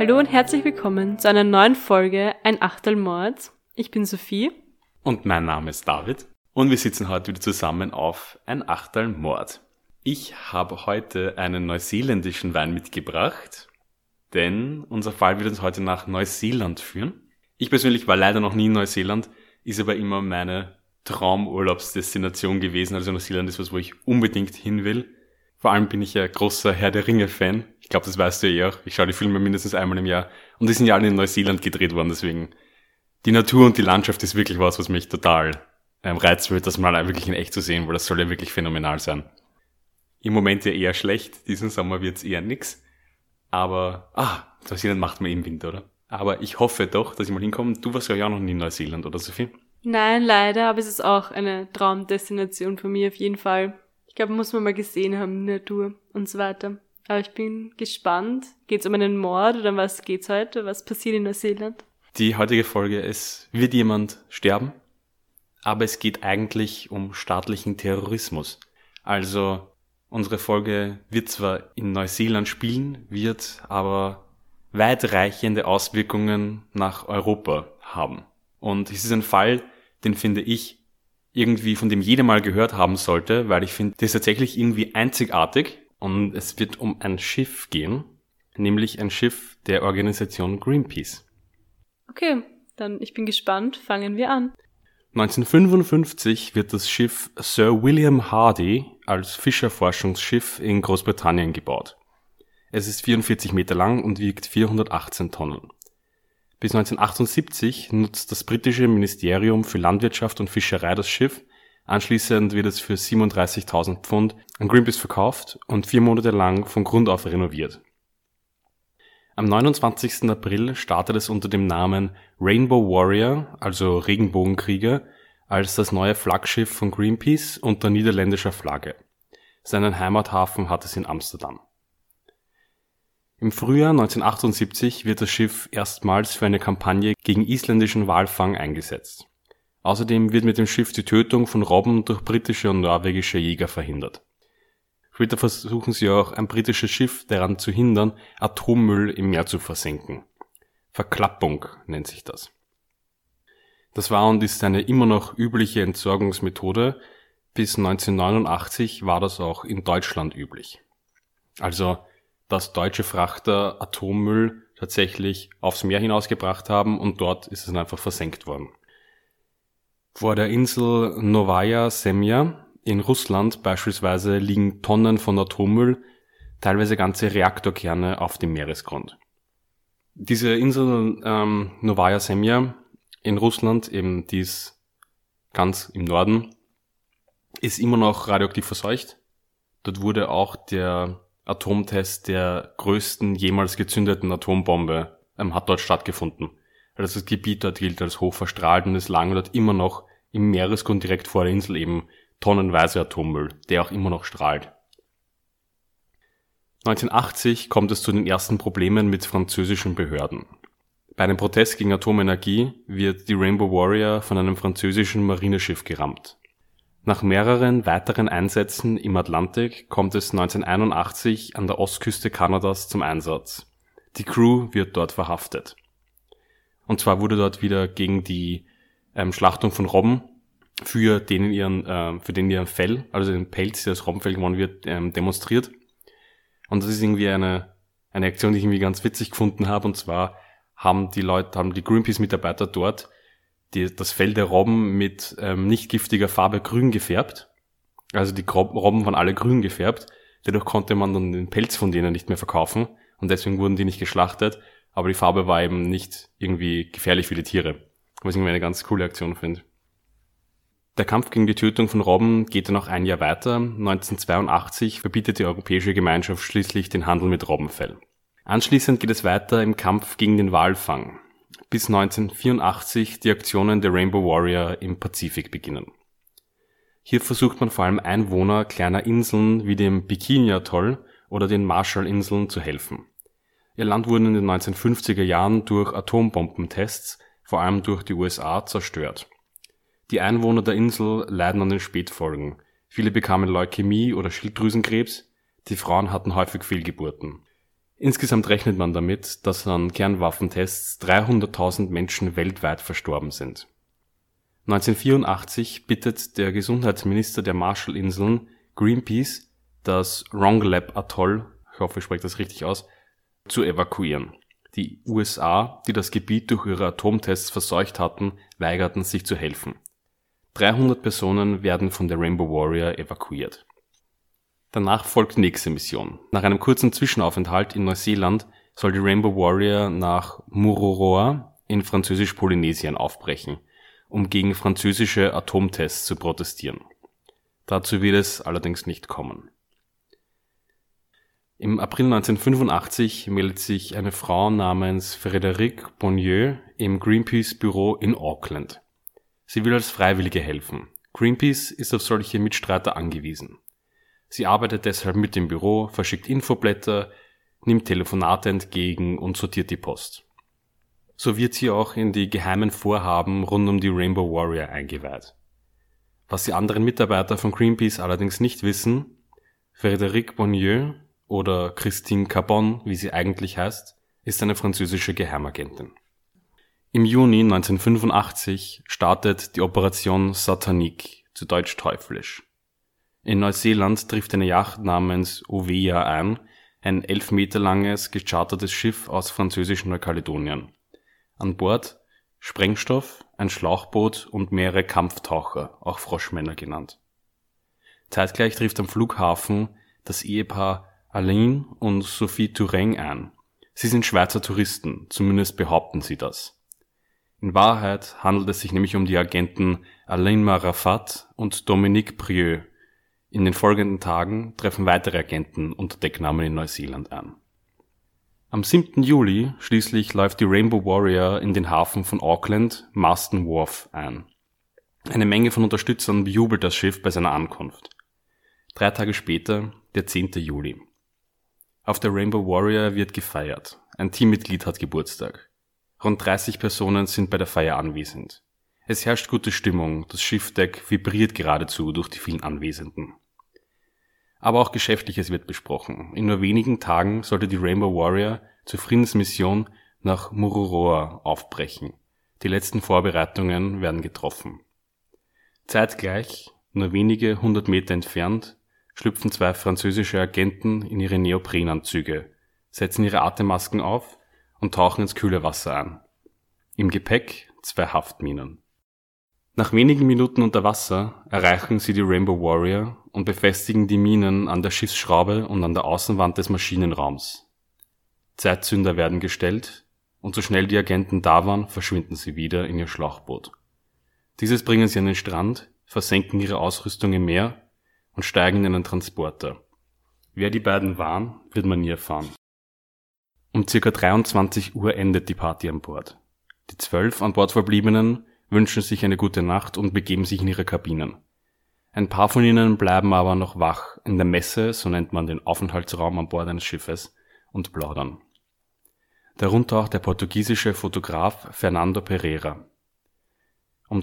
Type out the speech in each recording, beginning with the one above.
Hallo und herzlich willkommen zu einer neuen Folge Ein Achtel Mord. Ich bin Sophie. Und mein Name ist David. Und wir sitzen heute wieder zusammen auf Ein Achtel Mord. Ich habe heute einen neuseeländischen Wein mitgebracht, denn unser Fall wird uns heute nach Neuseeland führen. Ich persönlich war leider noch nie in Neuseeland, ist aber immer meine Traumurlaubsdestination gewesen. Also Neuseeland ist was, wo ich unbedingt hin will. Vor allem bin ich ja großer Herr der Ringe-Fan. Ich glaube, das weißt du ja auch. Ich schaue die Filme mindestens einmal im Jahr. Und die sind ja alle in Neuseeland gedreht worden, deswegen die Natur und die Landschaft ist wirklich was mich total reizen wird, das mal wirklich in echt zu sehen, weil das soll ja wirklich phänomenal sein. Im Moment ja eher schlecht, diesen Sommer wird's eher nix. Aber, Neuseeland macht man im Winter, oder? Aber ich hoffe doch, dass ich mal hinkomme. Du warst ja auch noch nie in Neuseeland, oder Sophie? Nein, leider, aber es ist auch eine Traumdestination von mir auf jeden Fall. Ich glaube, muss man mal gesehen haben, die Natur und so weiter. Aber ich bin gespannt. Geht's um einen Mord oder um was geht's heute? Was passiert in Neuseeland? Die heutige Folge, es wird jemand sterben, aber es geht eigentlich um staatlichen Terrorismus. Also unsere Folge wird zwar in Neuseeland spielen, wird aber weitreichende Auswirkungen nach Europa haben. Und es ist ein Fall, den finde ich irgendwie, von dem jeder mal gehört haben sollte, weil ich finde, der ist tatsächlich irgendwie einzigartig. Und es wird um ein Schiff gehen, nämlich ein Schiff der Organisation Greenpeace. Okay, dann ich bin gespannt. Fangen wir an. 1955 wird das Schiff Sir William Hardy als Fischerforschungsschiff in Großbritannien gebaut. Es ist 44 Meter lang und wiegt 418 Tonnen. Bis 1978 nutzt das britische Ministerium für Landwirtschaft und Fischerei das Schiff. Anschließend wird es für 37.000 Pfund an Greenpeace verkauft und 4 Monate lang von Grund auf renoviert. Am 29. April startet es unter dem Namen Rainbow Warrior, also Regenbogenkrieger, als das neue Flaggschiff von Greenpeace unter niederländischer Flagge. Seinen Heimathafen hat es in Amsterdam. Im Frühjahr 1978 wird das Schiff erstmals für eine Kampagne gegen isländischen Walfang eingesetzt. Außerdem wird mit dem Schiff die Tötung von Robben durch britische und norwegische Jäger verhindert. Später versuchen sie auch, ein britisches Schiff daran zu hindern, Atommüll im Meer zu versenken. Verklappung nennt sich das. Das war und ist eine immer noch übliche Entsorgungsmethode. Bis 1989 war das auch in Deutschland üblich. Also, dass deutsche Frachter Atommüll tatsächlich aufs Meer hinausgebracht haben und dort ist es dann einfach versenkt worden. Vor der Insel Novaya Semlja in Russland beispielsweise liegen Tonnen von Atommüll, teilweise ganze Reaktorkerne auf dem Meeresgrund. Diese Insel Novaya Semlja in Russland, eben die ist ganz im Norden, ist immer noch radioaktiv verseucht. Dort wurde auch der Atomtest der größten jemals gezündeten Atombombe hat dort stattgefunden. Also das Gebiet dort gilt als hoch verstrahlt und es lagen dort immer noch im Meeresgrund direkt vor der Insel eben tonnenweise Atommüll, der auch immer noch strahlt. 1980 kommt es zu den ersten Problemen mit französischen Behörden. Bei einem Protest gegen Atomenergie wird die Rainbow Warrior von einem französischen Marineschiff gerammt. Nach mehreren weiteren Einsätzen im Atlantik kommt es 1981 an der Ostküste Kanadas zum Einsatz. Die Crew wird dort verhaftet. Und zwar wurde dort wieder gegen die Schlachtung von Robben für den ihren Fell, also den Pelz, der aus Robbenfell gewonnen wird, demonstriert. Und das ist irgendwie eine Aktion, die ich irgendwie ganz witzig gefunden habe. Und zwar haben die Greenpeace-Mitarbeiter dort das Fell der Robben mit nicht giftiger Farbe grün gefärbt. Also die Robben waren alle grün gefärbt. Dadurch konnte man dann den Pelz von denen nicht mehr verkaufen. Und deswegen wurden die nicht geschlachtet. Aber die Farbe war eben nicht irgendwie gefährlich für die Tiere. Was ich irgendwie eine ganz coole Aktion finde. Der Kampf gegen die Tötung von Robben geht dann noch ein Jahr weiter. 1982 verbietet die Europäische Gemeinschaft schließlich den Handel mit Robbenfell. Anschließend geht es weiter im Kampf gegen den Walfang. Bis 1984 die Aktionen der Rainbow Warrior im Pazifik beginnen. Hier versucht man vor allem Einwohner kleiner Inseln wie dem Bikini-Atoll oder den Marshall-Inseln zu helfen. Ihr Land wurde in den 1950er Jahren durch Atombombentests, vor allem durch die USA, zerstört. Die Einwohner der Insel leiden an den Spätfolgen. Viele bekamen Leukämie oder Schilddrüsenkrebs, die Frauen hatten häufig Fehlgeburten. Insgesamt rechnet man damit, dass an Kernwaffentests 300.000 Menschen weltweit verstorben sind. 1984 bittet der Gesundheitsminister der Marshallinseln Greenpeace, das Rongelap Atoll, ich hoffe, ich spreche das richtig aus, zu evakuieren. Die USA, die das Gebiet durch ihre Atomtests verseucht hatten, weigerten sich zu helfen. 300 Personen werden von der Rainbow Warrior evakuiert. Danach folgt die nächste Mission. Nach einem kurzen Zwischenaufenthalt in Neuseeland soll die Rainbow Warrior nach Mururoa in Französisch-Polynesien aufbrechen, um gegen französische Atomtests zu protestieren. Dazu wird es allerdings nicht kommen. Im April 1985 meldet sich eine Frau namens Frédérique Bonnieux im Greenpeace-Büro in Auckland. Sie will als Freiwillige helfen. Greenpeace ist auf solche Mitstreiter angewiesen. Sie arbeitet deshalb mit dem Büro, verschickt Infoblätter, nimmt Telefonate entgegen und sortiert die Post. So wird sie auch in die geheimen Vorhaben rund um die Rainbow Warrior eingeweiht. Was die anderen Mitarbeiter von Greenpeace allerdings nicht wissen, Frédérique Bonnieux oder Christine Carbon, wie sie eigentlich heißt, ist eine französische Geheimagentin. Im Juni 1985 startet die Operation Satanique, zu Deutsch teuflisch. In Neuseeland trifft eine Yacht namens Ovea ein 11 Meter langes, gechartertes Schiff aus französischen Neukaledonien. An Bord Sprengstoff, ein Schlauchboot und mehrere Kampftaucher, auch Froschmänner genannt. Zeitgleich trifft am Flughafen das Ehepaar Alain und Sophie Touraine ein. Sie sind Schweizer Touristen, zumindest behaupten sie das. In Wahrheit handelt es sich nämlich um die Agenten Alain Marafat und Dominique Prieux. In den folgenden Tagen treffen weitere Agenten unter Decknamen in Neuseeland ein. Am 7. Juli schließlich läuft die Rainbow Warrior in den Hafen von Auckland, Marsden Wharf, ein. Eine Menge von Unterstützern bejubelt das Schiff bei seiner Ankunft. 3 Tage später, der 10. Juli. Auf der Rainbow Warrior wird gefeiert. Ein Teammitglied hat Geburtstag. Rund 30 Personen sind bei der Feier anwesend. Es herrscht gute Stimmung, das Schiffdeck vibriert geradezu durch die vielen Anwesenden. Aber auch Geschäftliches wird besprochen. In nur wenigen Tagen sollte die Rainbow Warrior zur Friedensmission nach Mururoa aufbrechen. Die letzten Vorbereitungen werden getroffen. Zeitgleich, nur wenige 100 Meter entfernt, schlüpfen 2 französische Agenten in ihre Neoprenanzüge, setzen ihre Atemmasken auf und tauchen ins kühle Wasser ein. Im Gepäck 2 Haftminen. Nach wenigen Minuten unter Wasser erreichen sie die Rainbow Warrior und befestigen die Minen an der Schiffsschraube und an der Außenwand des Maschinenraums. Zeitzünder werden gestellt und so schnell die Agenten da waren, verschwinden sie wieder in ihr Schlauchboot. Dieses bringen sie an den Strand, versenken ihre Ausrüstung im Meer und steigen in einen Transporter. Wer die beiden waren, wird man nie erfahren. Um ca. 23 Uhr endet die Party an Bord. Die 12 an Bord Verbliebenen wünschen sich eine gute Nacht und begeben sich in ihre Kabinen. Ein paar von ihnen bleiben aber noch wach in der Messe, so nennt man den Aufenthaltsraum an Bord eines Schiffes, und plaudern. Darunter auch der portugiesische Fotograf Fernando Pereira. Um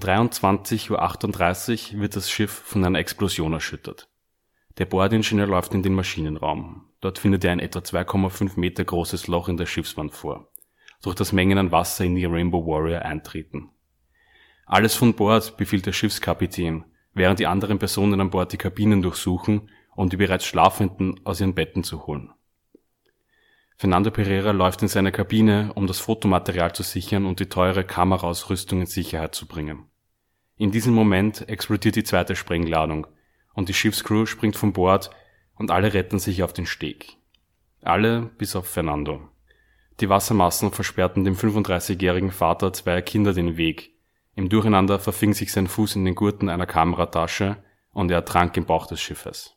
23:38 Uhr wird das Schiff von einer Explosion erschüttert. Der Bordingenieur läuft in den Maschinenraum. Dort findet er ein etwa 2,5 Meter großes Loch in der Schiffswand vor, durch das Mengen an Wasser in die Rainbow Warrior eintreten. Alles von Bord, befiehlt der Schiffskapitän, während die anderen Personen an Bord die Kabinen durchsuchen, um die bereits Schlafenden aus ihren Betten zu holen. Fernando Pereira läuft in seine Kabine, um das Fotomaterial zu sichern und die teure Kameraausrüstung in Sicherheit zu bringen. In diesem Moment explodiert die zweite Sprengladung und die Schiffscrew springt von Bord und alle retten sich auf den Steg. Alle bis auf Fernando. Die Wassermassen versperrten dem 35-jährigen Vater zweier Kinder den Weg. Im Durcheinander verfing sich sein Fuß in den Gurten einer Kameratasche und er ertrank im Bauch des Schiffes.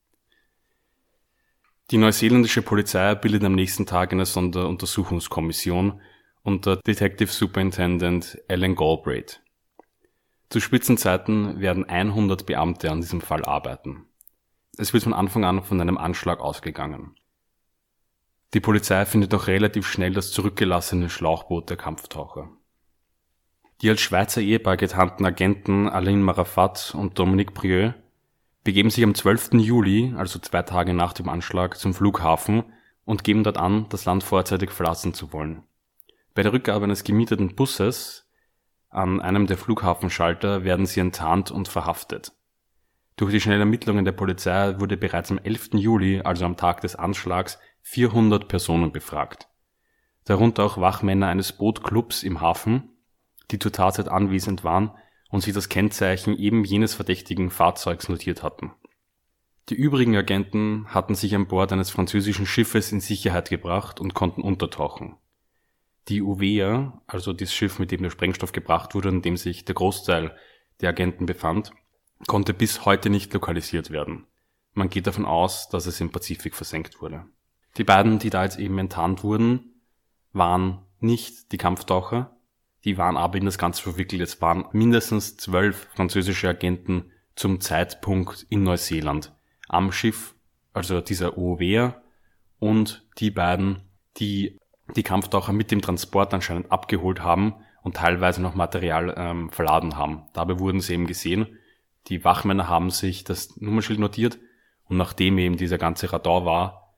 Die neuseeländische Polizei bildet am nächsten Tag eine Sonderuntersuchungskommission unter Detective Superintendent Alan Galbraith. Zu Spitzenzeiten werden 100 Beamte an diesem Fall arbeiten. Es wird von Anfang an von einem Anschlag ausgegangen. Die Polizei findet auch relativ schnell das zurückgelassene Schlauchboot der Kampftaucher. Die als Schweizer Ehepaar getarnten Agenten Alain Marafat und Dominique Prieux begeben sich am 12. Juli, also 2 Tage nach dem Anschlag, zum Flughafen, und geben dort an, das Land vorzeitig verlassen zu wollen. Bei der Rückgabe eines gemieteten Busses an einem der Flughafenschalter werden sie enttarnt und verhaftet. Durch die schnellen Ermittlungen der Polizei wurde bereits am 11. Juli, also am Tag des Anschlags, 400 Personen befragt. Darunter auch Wachmänner eines Bootclubs im Hafen, die zur Tatzeit anwesend waren und sich das Kennzeichen eben jenes verdächtigen Fahrzeugs notiert hatten. Die übrigen Agenten hatten sich an Bord eines französischen Schiffes in Sicherheit gebracht und konnten untertauchen. Die Uvea, also das Schiff, mit dem der Sprengstoff gebracht wurde und in dem sich der Großteil der Agenten befand, konnte bis heute nicht lokalisiert werden. Man geht davon aus, dass es im Pazifik versenkt wurde. Die beiden, die da jetzt eben enttarnt wurden, waren nicht die Kampftaucher, die waren aber in das Ganze verwickelt. Es waren mindestens 12 französische Agenten zum Zeitpunkt in Neuseeland am Schiff, also dieser Uvea, und die beiden, die Kampftaucher mit dem Transport anscheinend abgeholt haben und teilweise noch Material verladen haben. Dabei wurden sie eben gesehen. Die Wachmänner haben sich das Nummernschild notiert und nachdem eben dieser ganze Radar war,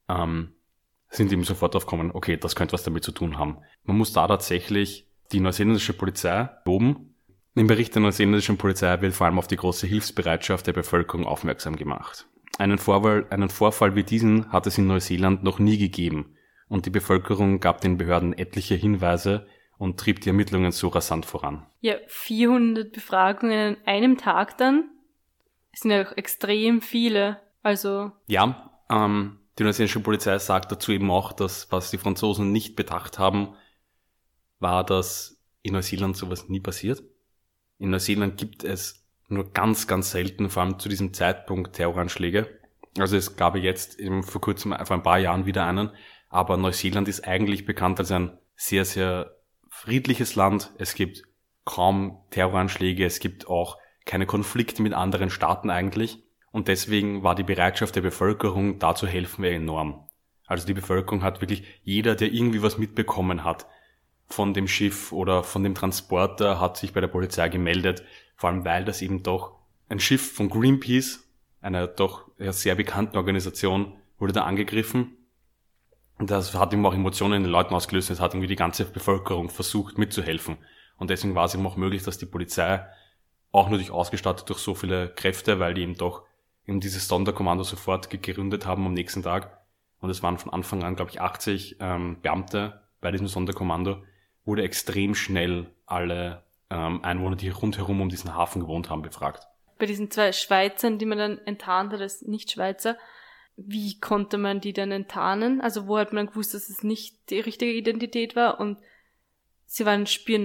sind eben sofort aufgekommen, okay, das könnte was damit zu tun haben. Man muss da tatsächlich die neuseeländische Polizei loben. Im Bericht der neuseeländischen Polizei wird vor allem auf die große Hilfsbereitschaft der Bevölkerung aufmerksam gemacht. Einen Vorfall wie diesen hat es in Neuseeland noch nie gegeben und die Bevölkerung gab den Behörden etliche Hinweise und trieb die Ermittlungen so rasant voran. Ja, 400 Befragungen an einem Tag dann? Das sind ja auch extrem viele. Also ja, die neuseeländische Polizei sagt dazu eben auch, dass was die Franzosen nicht bedacht haben, war, dass in Neuseeland sowas nie passiert. In Neuseeland gibt es nur ganz, ganz selten, vor allem zu diesem Zeitpunkt, Terroranschläge. Also es gab jetzt eben vor kurzem, vor ein paar Jahren wieder einen, aber Neuseeland ist eigentlich bekannt als ein sehr, sehr friedliches Land. Es gibt kaum Terroranschläge, es gibt auch keine Konflikte mit anderen Staaten eigentlich. Und deswegen war die Bereitschaft der Bevölkerung, da zu helfen, enorm. Also die Bevölkerung hat wirklich, jeder, der irgendwie was mitbekommen hat von dem Schiff oder von dem Transporter, hat sich bei der Polizei gemeldet. Vor allem, weil das eben doch ein Schiff von Greenpeace, einer doch sehr bekannten Organisation, wurde da angegriffen. Und das hat eben auch Emotionen in den Leuten ausgelöst. Es hat irgendwie die ganze Bevölkerung versucht mitzuhelfen. Und deswegen war es eben auch möglich, dass die Polizei auch natürlich ausgestattet durch so viele Kräfte, weil die eben doch eben dieses Sonderkommando sofort gegründet haben am nächsten Tag. Und es waren von Anfang an, glaube ich, 80 Beamte bei diesem Sonderkommando, wurde extrem schnell alle Einwohner, die rundherum um diesen Hafen gewohnt haben, befragt. Bei diesen 2 Schweizern, die man dann enttarnt hat als Nicht-Schweizer, wie konnte man die dann enttarnen? Also wo hat man dann gewusst, dass es nicht die richtige Identität war? Und sie waren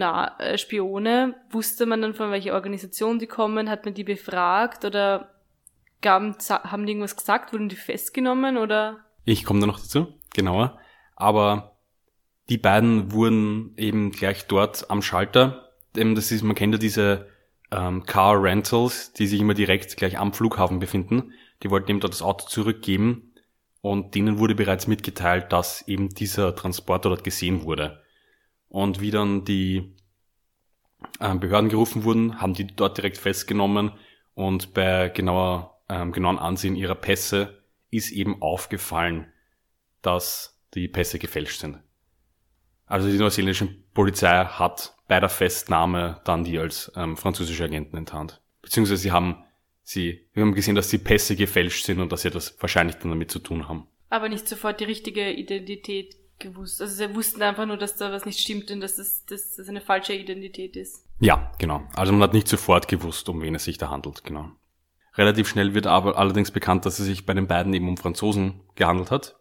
Spione. Wusste man dann, von welcher Organisation die kommen? Hat man die befragt? Oder haben die irgendwas gesagt? Wurden die festgenommen? Oder? Ich komme da noch dazu, genauer. Aber die beiden wurden eben gleich dort am Schalter. Das ist, man kennt ja diese Car Rentals, die sich immer direkt gleich am Flughafen befinden. Die wollten eben dort das Auto zurückgeben und denen wurde bereits mitgeteilt, dass eben dieser Transporter dort gesehen wurde. Und wie dann die Behörden gerufen wurden, haben die dort direkt festgenommen und bei genauen Ansehen ihrer Pässe ist eben aufgefallen, dass die Pässe gefälscht sind. Also die neuseeländische Polizei hat bei der Festnahme dann die als französische Agenten enttarnt. Beziehungsweise wir haben gesehen, dass die Pässe gefälscht sind und dass sie das wahrscheinlich dann damit zu tun haben. Aber nicht sofort die richtige Identität gewusst. Also sie wussten einfach nur, dass da was nicht stimmt und dass das eine falsche Identität ist. Ja, genau. Also man hat nicht sofort gewusst, um wen es sich da handelt, genau. Relativ schnell wird aber allerdings bekannt, dass es sich bei den beiden eben um Franzosen gehandelt hat.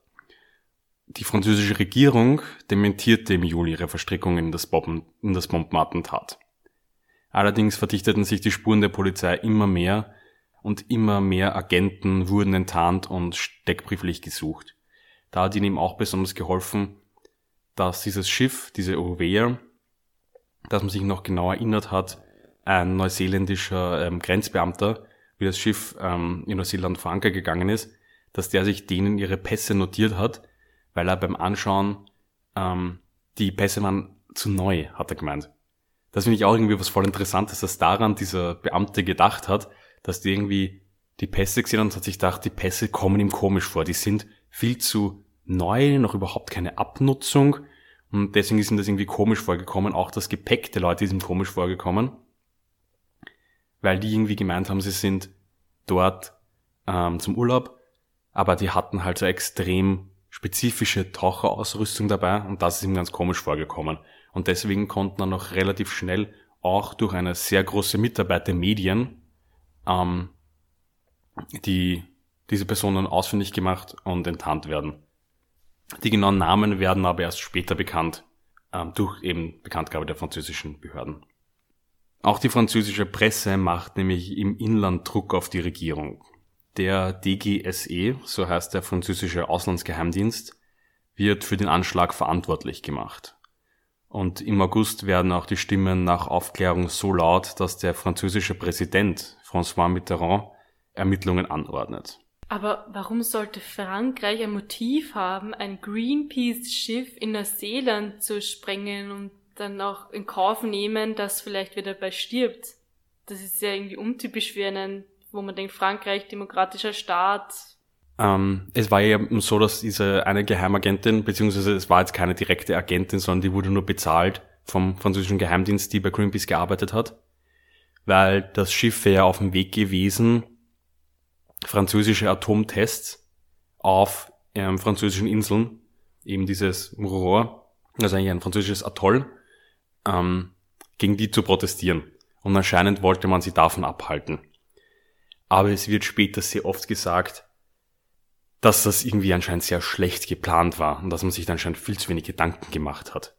Die französische Regierung dementierte im Juli ihre Verstrickung in das Bombenattentat. Allerdings verdichteten sich die Spuren der Polizei immer mehr und immer mehr Agenten wurden enttarnt und steckbrieflich gesucht. Da hat ihnen eben auch besonders geholfen, dass dieses Schiff, diese Uvea, dass man sich noch genau erinnert hat, ein neuseeländischer Grenzbeamter, wie das Schiff in Neuseeland vor Anker gegangen ist, dass der sich denen ihre Pässe notiert hat, weil er beim Anschauen, die Pässe waren zu neu, hat er gemeint. Das finde ich auch irgendwie was voll Interessantes, dass daran dieser Beamte gedacht hat, dass die irgendwie die Pässe gesehen haben und hat sich gedacht, die Pässe kommen ihm komisch vor, die sind viel zu neu, noch überhaupt keine Abnutzung. Und deswegen ist ihm das irgendwie komisch vorgekommen. Auch das Gepäck der Leute ist ihm komisch vorgekommen. Weil die irgendwie gemeint haben, sie sind dort zum Urlaub, aber die hatten halt so extrem spezifische Taucherausrüstung dabei und das ist ihm ganz komisch vorgekommen. Und deswegen konnten dann noch relativ schnell auch durch eine sehr große Mitarbeit der Medien diese Personen ausfindig gemacht und enttarnt werden. Die genauen Namen werden aber erst später bekannt, durch eben Bekanntgabe der französischen Behörden. Auch die französische Presse macht nämlich im Inland Druck auf die Regierung. Der DGSE, so heißt der französische Auslandsgeheimdienst, wird für den Anschlag verantwortlich gemacht. Und im August werden auch die Stimmen nach Aufklärung so laut, dass der französische Präsident François Mitterrand Ermittlungen anordnet. Aber warum sollte Frankreich ein Motiv haben, ein Greenpeace-Schiff in Neuseeland zu sprengen und dann auch in Kauf nehmen, dass vielleicht wer dabei stirbt? Das ist ja irgendwie untypisch für einen, wo man denkt, Frankreich, demokratischer Staat. Es war ja so, dass diese eine Geheimagentin, beziehungsweise es war jetzt keine direkte Agentin, sondern die wurde nur bezahlt vom französischen Geheimdienst, die bei Greenpeace gearbeitet hat, weil das Schiff wäre ja auf dem Weg gewesen, französische Atomtests auf französischen Inseln, eben dieses Mururoa, also eigentlich ein französisches Atoll, gegen die zu protestieren. Und anscheinend wollte man sie davon abhalten. Aber es wird später sehr oft gesagt, dass das irgendwie anscheinend sehr schlecht geplant war und dass man sich da anscheinend viel zu wenig Gedanken gemacht hat.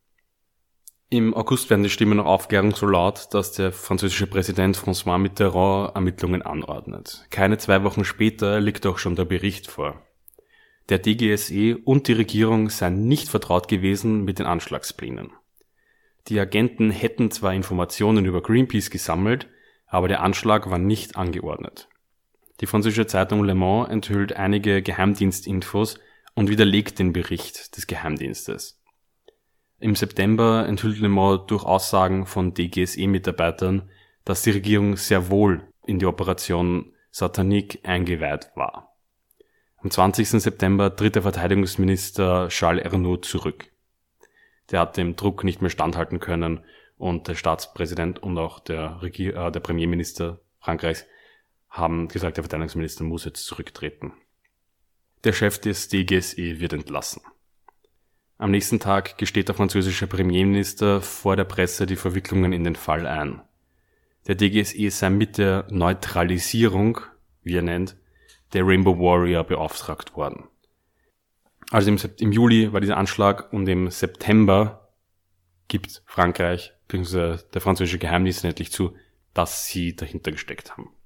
Im August werden die Stimmen nach Aufklärung so laut, dass der französische Präsident François Mitterrand Ermittlungen anordnet. Keine 2 Wochen später liegt auch schon der Bericht vor. Der DGSE und die Regierung seien nicht vertraut gewesen mit den Anschlagsplänen. Die Agenten hätten zwar Informationen über Greenpeace gesammelt, aber der Anschlag war nicht angeordnet. Die französische Zeitung Le Monde enthüllt einige Geheimdienstinfos und widerlegt den Bericht des Geheimdienstes. Im September enthüllt Le Monde durch Aussagen von DGSE-Mitarbeitern, dass die Regierung sehr wohl in die Operation Satanique eingeweiht war. Am 20. September tritt der Verteidigungsminister Charles Ernoult zurück. Der hat dem Druck nicht mehr standhalten können und der Staatspräsident und auch der Premierminister Frankreichs haben gesagt, der Verteidigungsminister muss jetzt zurücktreten. Der Chef des DGSE wird entlassen. Am nächsten Tag gesteht der französische Premierminister vor der Presse die Verwicklungen in den Fall ein. Der DGSE sei mit der Neutralisierung, wie er nennt, der Rainbow Warrior beauftragt worden. Also im Juli war dieser Anschlag und im September gibt Frankreich bzw. der französische Geheimdienst endlich zu, dass sie dahinter gesteckt haben.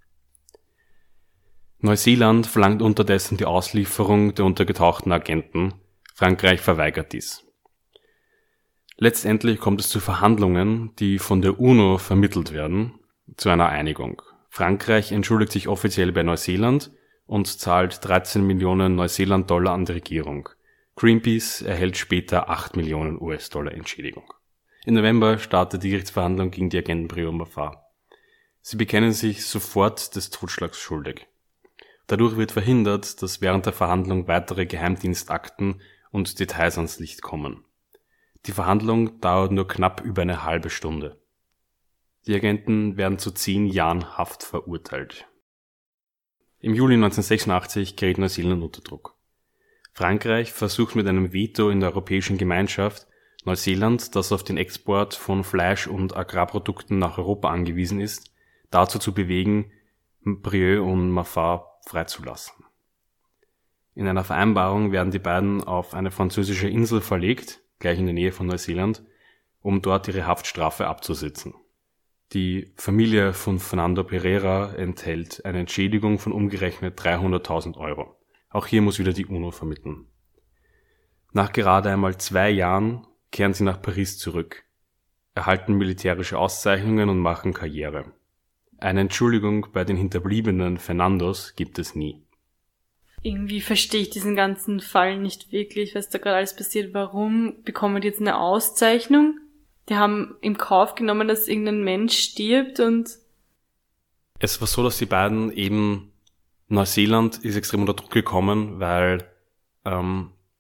Neuseeland verlangt unterdessen die Auslieferung der untergetauchten Agenten. Frankreich verweigert dies. Letztendlich kommt es zu Verhandlungen, die von der UNO vermittelt werden, zu einer Einigung. Frankreich entschuldigt sich offiziell bei Neuseeland und zahlt 13 Millionen Neuseeland-Dollar an die Regierung. Greenpeace erhält später 8 Millionen US-Dollar Entschädigung. Im November startet die Gerichtsverhandlung gegen die Agenten Brieux und Maffat. Sie bekennen sich sofort des Totschlags schuldig. Dadurch wird verhindert, dass während der Verhandlung weitere Geheimdienstakten und Details ans Licht kommen. Die Verhandlung dauert nur knapp über eine halbe Stunde. Die Agenten werden zu 10 Jahren Haft verurteilt. Im Juli 1986 gerät Neuseeland unter Druck. Frankreich versucht mit einem Veto in der Europäischen Gemeinschaft, Neuseeland, das auf den Export von Fleisch- und Agrarprodukten nach Europa angewiesen ist, dazu zu bewegen, Brieux und Maffat freizulassen. In einer Vereinbarung werden die beiden auf eine französische Insel verlegt, gleich in der Nähe von Neuseeland, um dort ihre Haftstrafe abzusitzen. Die Familie von Fernando Pereira enthält eine Entschädigung von umgerechnet 300.000 Euro. Auch hier muss wieder die UNO vermitteln. Nach gerade einmal 2 Jahren kehren sie nach Paris zurück, erhalten militärische Auszeichnungen und machen Karriere. Eine Entschuldigung bei den hinterbliebenen Fernandos gibt es nie. Irgendwie verstehe ich diesen ganzen Fall nicht wirklich, was da gerade alles passiert. Warum bekommen die jetzt eine Auszeichnung? Die haben im Kauf genommen, dass irgendein Mensch stirbt und... Es war so, dass die beiden eben... Neuseeland ist extrem unter Druck gekommen, weil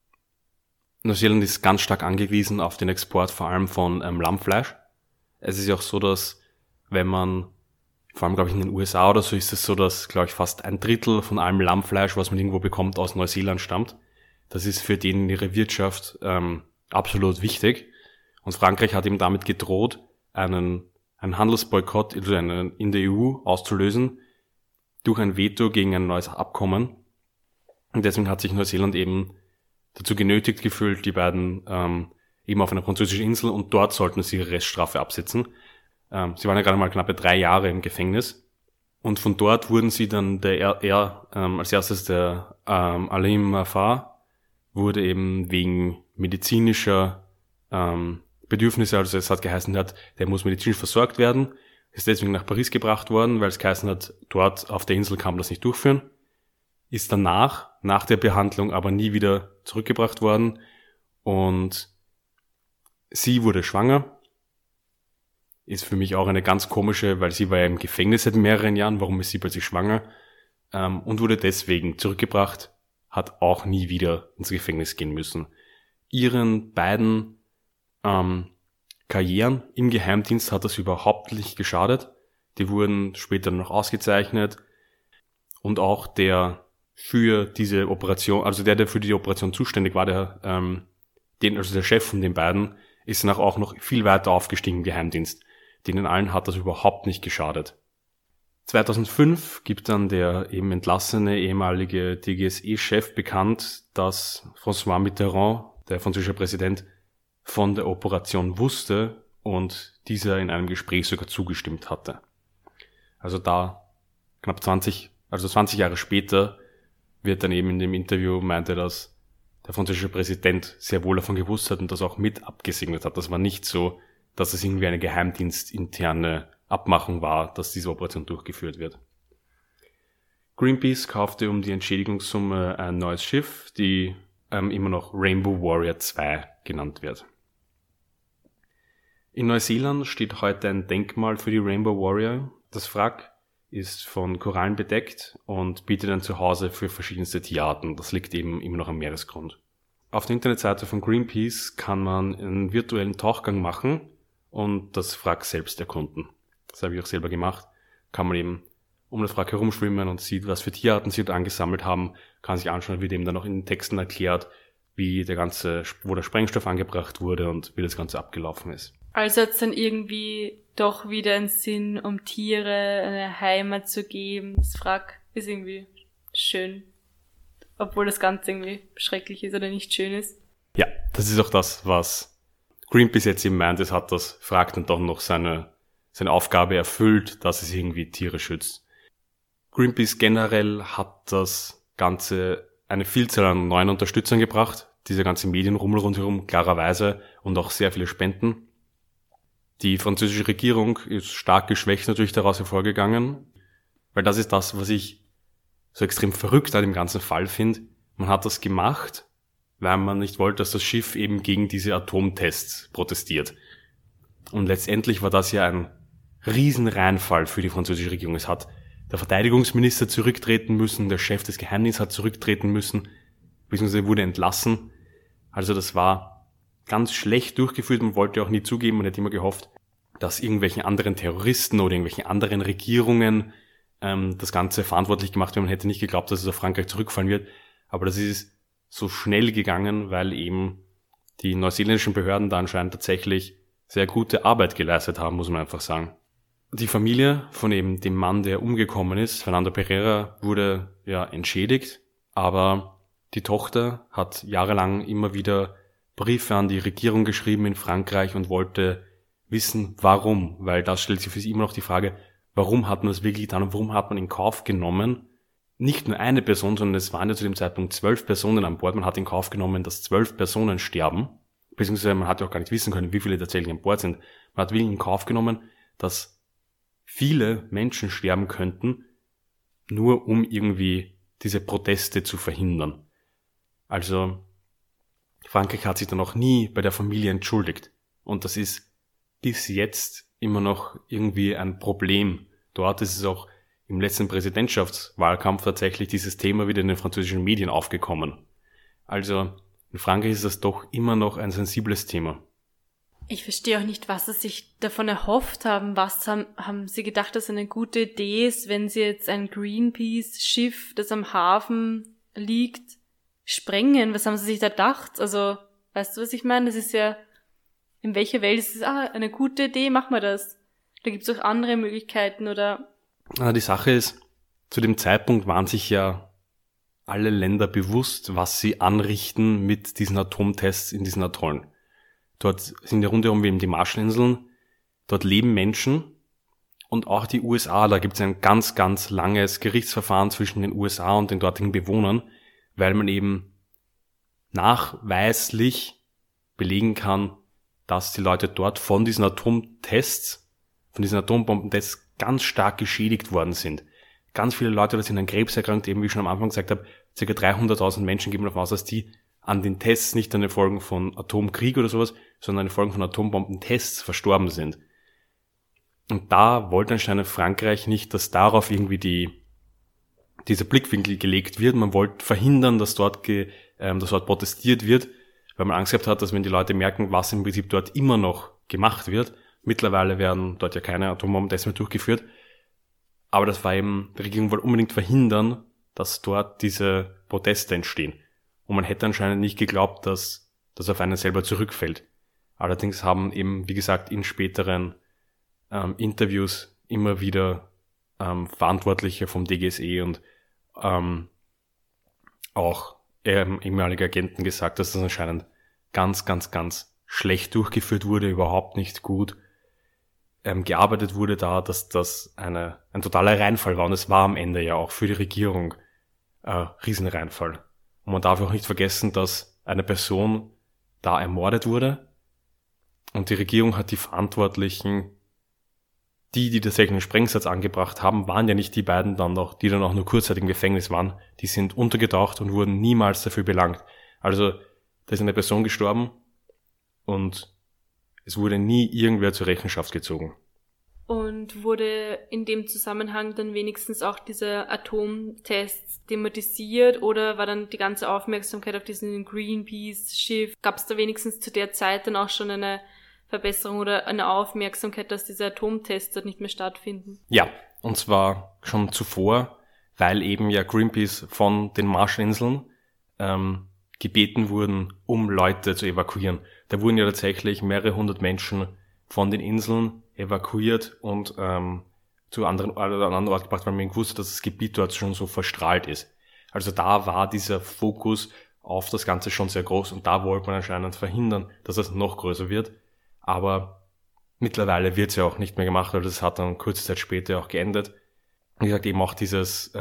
Neuseeland ist ganz stark angewiesen auf den Export vor allem von Lammfleisch. Es ist ja auch so, dass wenn man, vor allem glaube ich in den USA oder so, ist es so, dass glaube ich fast 1/3 von allem Lammfleisch, was man irgendwo bekommt, aus Neuseeland stammt. Das ist für denen ihre Wirtschaft absolut wichtig. Und Frankreich hat ihm damit gedroht, einen Handelsboykott in der EU auszulösen durch ein Veto gegen ein neues Abkommen. Und deswegen hat sich Neuseeland eben dazu genötigt gefühlt, die beiden eben auf einer französischen Insel, und dort sollten sie ihre Reststrafe absitzen. Sie waren ja gerade mal knappe 3 Jahre im Gefängnis. Und von dort wurden sie dann als erstes der Alain Mafar wurde eben wegen medizinischer Bedürfnisse, also es hat geheißen, der muss medizinisch versorgt werden, ist deswegen nach Paris gebracht worden, weil es geheißen hat, dort auf der Insel kann man das nicht durchführen, ist danach, nach der Behandlung, aber nie wieder zurückgebracht worden, und sie wurde schwanger. Ist für mich auch eine ganz komische, weil sie war ja im Gefängnis seit mehreren Jahren, warum ist sie plötzlich schwanger, und wurde deswegen zurückgebracht, hat auch nie wieder ins Gefängnis gehen müssen. Ihren beiden Karrieren im Geheimdienst hat das überhaupt nicht geschadet. Die wurden später noch ausgezeichnet, und auch der für diese Operation, also der für die Operation zuständig war, also der Chef von den beiden, ist danach auch noch viel weiter aufgestiegen im Geheimdienst. Denen allen hat das überhaupt nicht geschadet. 2005 gibt dann der eben entlassene ehemalige DGSE-Chef bekannt, dass François Mitterrand, der französische Präsident, von der Operation wusste und dieser in einem Gespräch sogar zugestimmt hatte. Also da knapp 20 Jahre später wird dann eben in dem Interview meinte, dass der französische Präsident sehr wohl davon gewusst hat und das auch mit abgesegnet hat. Das war nicht so, dass es irgendwie eine geheimdienstinterne Abmachung war, dass diese Operation durchgeführt wird. Greenpeace kaufte um die Entschädigungssumme ein neues Schiff, die immer noch Rainbow Warrior 2 genannt wird. In Neuseeland steht heute ein Denkmal für die Rainbow Warrior. Das Wrack ist von Korallen bedeckt und bietet ein Zuhause für verschiedenste Tierarten. Das liegt eben immer noch am Meeresgrund. Auf der Internetseite von Greenpeace kann man einen virtuellen Tauchgang machen und das Wrack selbst erkunden. Das habe ich auch selber gemacht. Kann man eben um das Wrack herumschwimmen und sieht, was für Tierarten sie dort angesammelt haben. Kann sich anschauen, wie dem dann noch in den Texten erklärt, wo der Sprengstoff angebracht wurde und wie das Ganze abgelaufen ist. Also hat es dann irgendwie doch wieder einen Sinn, um Tiere eine Heimat zu geben. Das Wrack ist irgendwie schön. Obwohl das Ganze irgendwie schrecklich ist oder nicht schön ist. Ja, das ist auch das, was Greenpeace jetzt eben meint. Es hat das Wrack dann doch noch seine Aufgabe erfüllt, dass es irgendwie Tiere schützt. Greenpeace generell hat das Ganze eine Vielzahl an neuen Unterstützern gebracht. Dieser ganze Medienrummel rundherum, klarerweise, und auch sehr viele Spenden. Die französische Regierung ist stark geschwächt natürlich daraus hervorgegangen, weil das ist das, was ich so extrem verrückt an dem ganzen Fall finde. Man hat das gemacht, weil man nicht wollte, dass das Schiff eben gegen diese Atomtests protestiert. Und letztendlich war das ja ein Riesenreinfall für die französische Regierung. Es hat der Verteidigungsminister zurücktreten müssen, der Chef des Geheimdienstes hat zurücktreten müssen, beziehungsweise wurde entlassen. Also das war ganz schlecht durchgeführt. Man wollte auch nie zugeben, man hätte immer gehofft, dass irgendwelchen anderen Terroristen oder irgendwelchen anderen Regierungen das Ganze verantwortlich gemacht wird. Man hätte nicht geglaubt, dass es auf Frankreich zurückfallen wird. Aber das ist so schnell gegangen, weil eben die neuseeländischen Behörden da anscheinend tatsächlich sehr gute Arbeit geleistet haben, muss man einfach sagen. Die Familie von eben dem Mann, der umgekommen ist, Fernando Pereira, wurde ja entschädigt, aber die Tochter hat jahrelang immer wieder Briefe an die Regierung geschrieben in Frankreich und wollte wissen, warum, weil das stellt sich für sie immer noch die Frage, warum hat man das wirklich getan und warum hat man in Kauf genommen, nicht nur eine Person, sondern es waren ja zu dem Zeitpunkt 12 Personen an Bord, man hat in Kauf genommen, dass 12 Personen sterben, beziehungsweise man hat ja auch gar nicht wissen können, wie viele tatsächlich an Bord sind. Man hat wirklich in Kauf genommen, dass viele Menschen sterben könnten, nur um irgendwie diese Proteste zu verhindern. Also Frankreich hat sich dann auch nie bei der Familie entschuldigt. Und das ist bis jetzt immer noch irgendwie ein Problem. Dort ist es auch im letzten Präsidentschaftswahlkampf tatsächlich dieses Thema wieder in den französischen Medien aufgekommen. Also In Frankreich ist das doch immer noch ein sensibles Thema. Ich verstehe auch nicht, was sie sich davon erhofft haben. Was haben sie gedacht, dass eine gute Idee ist, wenn sie jetzt ein Greenpeace-Schiff, das am Hafen liegt, sprengen? Was haben sie sich da gedacht? Also, weißt du, was ich meine? Das ist ja, in welcher Welt ist es, eine gute Idee, machen wir das. Da gibt es auch andere Möglichkeiten, oder? Die Sache ist, zu dem Zeitpunkt waren sich ja alle Länder bewusst, was sie anrichten mit diesen Atomtests in diesen Atollen. Dort sind ja rundherum eben die Marshallinseln, dort leben Menschen und auch die USA, da gibt es ein ganz, ganz langes Gerichtsverfahren zwischen den USA und den dortigen Bewohnern, weil man eben nachweislich belegen kann, dass die Leute dort von diesen Atomtests, von diesen Atombombentests ganz stark geschädigt worden sind. Ganz viele Leute, die sind an Krebs erkrankt, eben wie ich schon am Anfang gesagt habe, ca. 300.000 Menschen gehen davon aus, dass die an den Tests nicht an den Folgen von Atomkrieg oder sowas, sondern an den Folgen von Atombombentests verstorben sind. Und da wollte anscheinend Frankreich nicht, dass darauf irgendwie dieser Blickwinkel gelegt wird. Man wollte verhindern, dass dort protestiert wird, weil man Angst gehabt hat, dass wenn die Leute merken, was im Prinzip dort immer noch gemacht wird, mittlerweile werden dort ja keine Atombombentests mehr durchgeführt, aber das war eben, die Regierung wollte unbedingt verhindern, dass dort diese Proteste entstehen. Und man hätte anscheinend nicht geglaubt, dass das auf einen selber zurückfällt. Allerdings haben eben, wie gesagt, in späteren Interviews immer wieder Verantwortliche vom DGSE und auch ehemalige Agenten gesagt, dass das anscheinend ganz, ganz, ganz schlecht durchgeführt wurde, überhaupt nicht gut gearbeitet wurde da, dass das ein totaler Reinfall war. Und es war am Ende ja auch für die Regierung Riesenreinfall. Und man darf auch nicht vergessen, dass eine Person da ermordet wurde und die Regierung hat die Verantwortlichen, die tatsächlich einen Sprengsatz angebracht haben, waren ja nicht die beiden die dann auch nur kurzzeitig im Gefängnis waren. Die sind untergetaucht und wurden niemals dafür belangt. Also da ist eine Person gestorben und es wurde nie irgendwer zur Rechenschaft gezogen. Und wurde in dem Zusammenhang dann wenigstens auch diese Atomtests thematisiert oder war dann die ganze Aufmerksamkeit auf diesen Greenpeace-Schiff? Gab es da wenigstens zu der Zeit dann auch schon eine Verbesserung oder eine Aufmerksamkeit, dass diese Atomtests dort nicht mehr stattfinden? Ja, und zwar schon zuvor, weil eben ja Greenpeace von den Marshallinseln gebeten wurden, um Leute zu evakuieren. Da wurden ja tatsächlich mehrere hundert Menschen von den Inseln evakuiert und zu einem anderen Ort gebracht, weil man gewusst hat, dass das Gebiet dort schon so verstrahlt ist. Also da war dieser Fokus auf das Ganze schon sehr groß und da wollte man anscheinend verhindern, dass es noch größer wird. Aber mittlerweile wird es ja auch nicht mehr gemacht, weil das hat dann kurze Zeit später auch geendet. Wie gesagt, eben auch dieses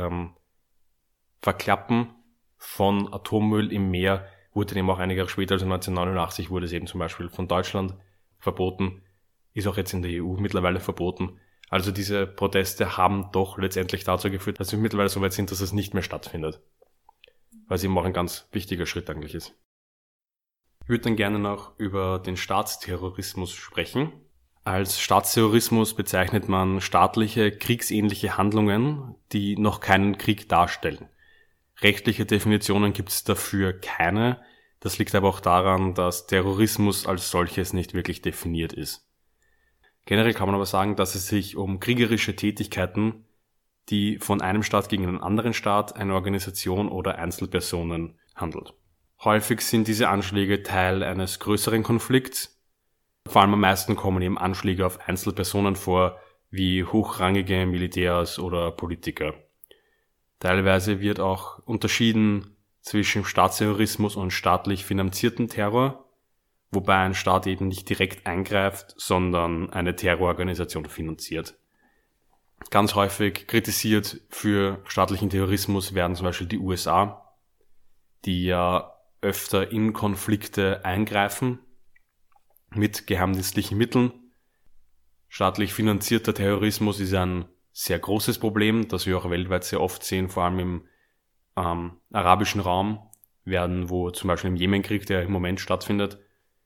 Verklappen von Atommüll im Meer wurde dann eben auch einige Jahre später, also 1989, wurde es eben zum Beispiel von Deutschland verboten, ist auch jetzt in der EU mittlerweile verboten. Also diese Proteste haben doch letztendlich dazu geführt, dass wir mittlerweile so weit sind, dass es nicht mehr stattfindet. Was eben auch ein ganz wichtiger Schritt eigentlich ist. Ich würde dann gerne noch über den Staatsterrorismus sprechen. Als Staatsterrorismus bezeichnet man staatliche, kriegsähnliche Handlungen, die noch keinen Krieg darstellen. Rechtliche Definitionen gibt es dafür keine. Das liegt aber auch daran, dass Terrorismus als solches nicht wirklich definiert ist. Generell kann man aber sagen, dass es sich um kriegerische Tätigkeiten, die von einem Staat gegen einen anderen Staat, eine Organisation oder Einzelpersonen handelt. Häufig sind diese Anschläge Teil eines größeren Konflikts. Vor allem am meisten kommen eben Anschläge auf Einzelpersonen vor, wie hochrangige Militärs oder Politiker. Teilweise wird auch unterschieden zwischen Staatsterrorismus und staatlich finanzierten Terror, wobei ein Staat eben nicht direkt eingreift, sondern eine Terrororganisation finanziert. Ganz häufig kritisiert für staatlichen Terrorismus werden zum Beispiel die USA, die ja öfter in Konflikte eingreifen mit geheimdienstlichen Mitteln. Staatlich finanzierter Terrorismus ist ein sehr großes Problem, das wir auch weltweit sehr oft sehen, vor allem im arabischen Raum, wo zum Beispiel im Jemenkrieg, der im Moment stattfindet,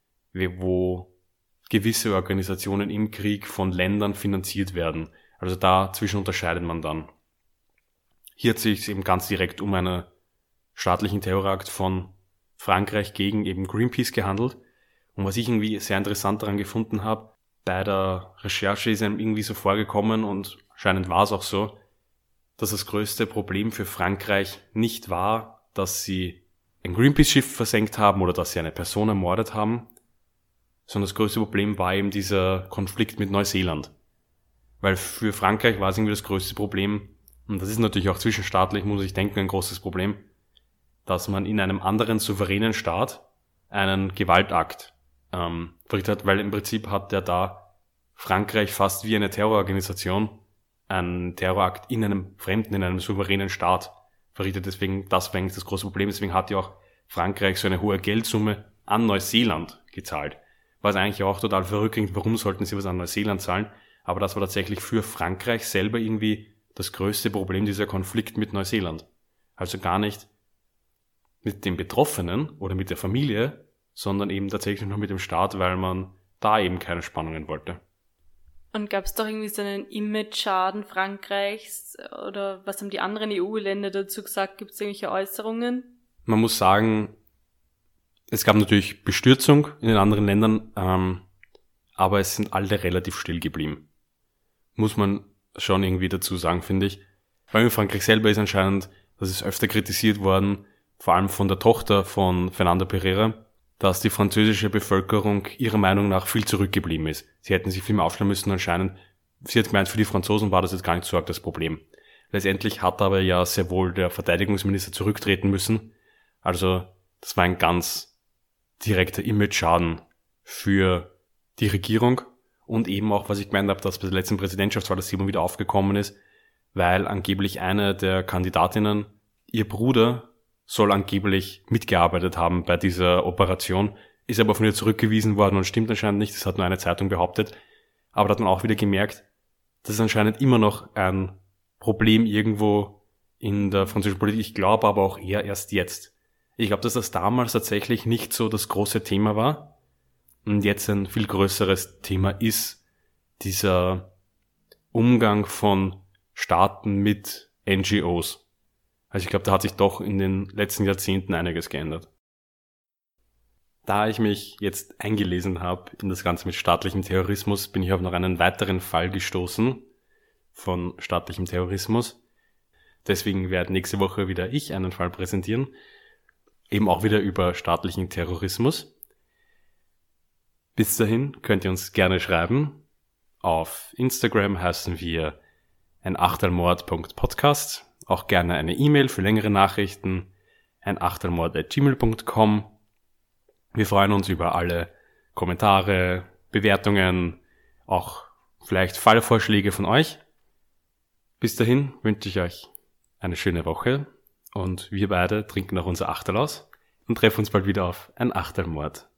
wo gewisse Organisationen im Krieg von Ländern finanziert werden. Also dazwischen unterscheidet man dann. Hier hat es sich eben ganz direkt um einen staatlichen Terrorakt von Frankreich gegen eben Greenpeace gehandelt. Und was ich irgendwie sehr interessant daran gefunden habe, bei der Recherche ist einem irgendwie so vorgekommen und anscheinend war es auch so, dass das größte Problem für Frankreich nicht war, dass sie ein Greenpeace-Schiff versenkt haben oder dass sie eine Person ermordet haben, sondern das größte Problem war eben dieser Konflikt mit Neuseeland. Weil für Frankreich war es irgendwie das größte Problem, und das ist natürlich auch zwischenstaatlich, muss ich denken, ein großes Problem, dass man in einem anderen souveränen Staat einen Gewaltakt verrichtet hat, weil im Prinzip hat der da Frankreich fast wie eine Terrororganisation einen Terrorakt in einem fremden, in einem souveränen Staat verrichtet. Deswegen, das war eigentlich das große Problem. Deswegen hat ja auch Frankreich so eine hohe Geldsumme an Neuseeland gezahlt. Was eigentlich auch total verrückt klingt, warum sollten sie was an Neuseeland zahlen? Aber das war tatsächlich für Frankreich selber irgendwie das größte Problem, dieser Konflikt mit Neuseeland. Also gar nicht mit dem Betroffenen oder mit der Familie, sondern eben tatsächlich nur mit dem Staat, weil man da eben keine Spannungen wollte. Und gab es doch irgendwie so einen Image-Schaden Frankreichs oder was haben die anderen EU-Länder dazu gesagt? Gibt es irgendwelche Äußerungen? Man muss sagen, es gab natürlich Bestürzung in den anderen Ländern, aber es sind alle relativ still geblieben. Muss man schon irgendwie dazu sagen, finde ich. Weil in Frankreich selber ist anscheinend, das ist öfter kritisiert worden, vor allem von der Tochter von Fernando Pereira, dass die französische Bevölkerung ihrer Meinung nach viel zurückgeblieben ist. Sie hätten sich viel mehr aufstellen müssen anscheinend. Sie hat gemeint, für die Franzosen war das jetzt gar nicht so arg das Problem. Letztendlich hat aber ja sehr wohl der Verteidigungsminister zurücktreten müssen. Also das war ein ganz direkter Image-Schaden für die Regierung. Und eben auch, was ich gemeint habe, dass bei der letzten Präsidentschaftswahl das Thema wieder aufgekommen ist, weil angeblich eine der Kandidatinnen, ihr Bruder, soll angeblich mitgearbeitet haben bei dieser Operation, ist aber von ihr zurückgewiesen worden und stimmt anscheinend nicht, das hat nur eine Zeitung behauptet. Aber da hat man auch wieder gemerkt, das ist anscheinend immer noch ein Problem irgendwo in der französischen Politik. Ich glaube aber auch eher erst jetzt. Ich glaube, dass das damals tatsächlich nicht so das große Thema war und jetzt ein viel größeres Thema ist dieser Umgang von Staaten mit NGOs. Also ich glaube, da hat sich doch in den letzten Jahrzehnten einiges geändert. Da ich mich jetzt eingelesen habe in das Ganze mit staatlichem Terrorismus, bin ich auf noch einen weiteren Fall gestoßen von staatlichem Terrorismus. Deswegen werde nächste Woche wieder ich einen Fall präsentieren, eben auch wieder über staatlichen Terrorismus. Bis dahin könnt ihr uns gerne schreiben. Auf Instagram heißen wir einachtelmord.podcast. Auch gerne eine E-Mail für längere Nachrichten, einachtelmord@gmail.com. Wir freuen uns über alle Kommentare, Bewertungen, auch vielleicht Fallvorschläge von euch. Bis dahin wünsche ich euch eine schöne Woche und wir beide trinken noch unser Achtel aus und treffen uns bald wieder auf ein Achtelmord.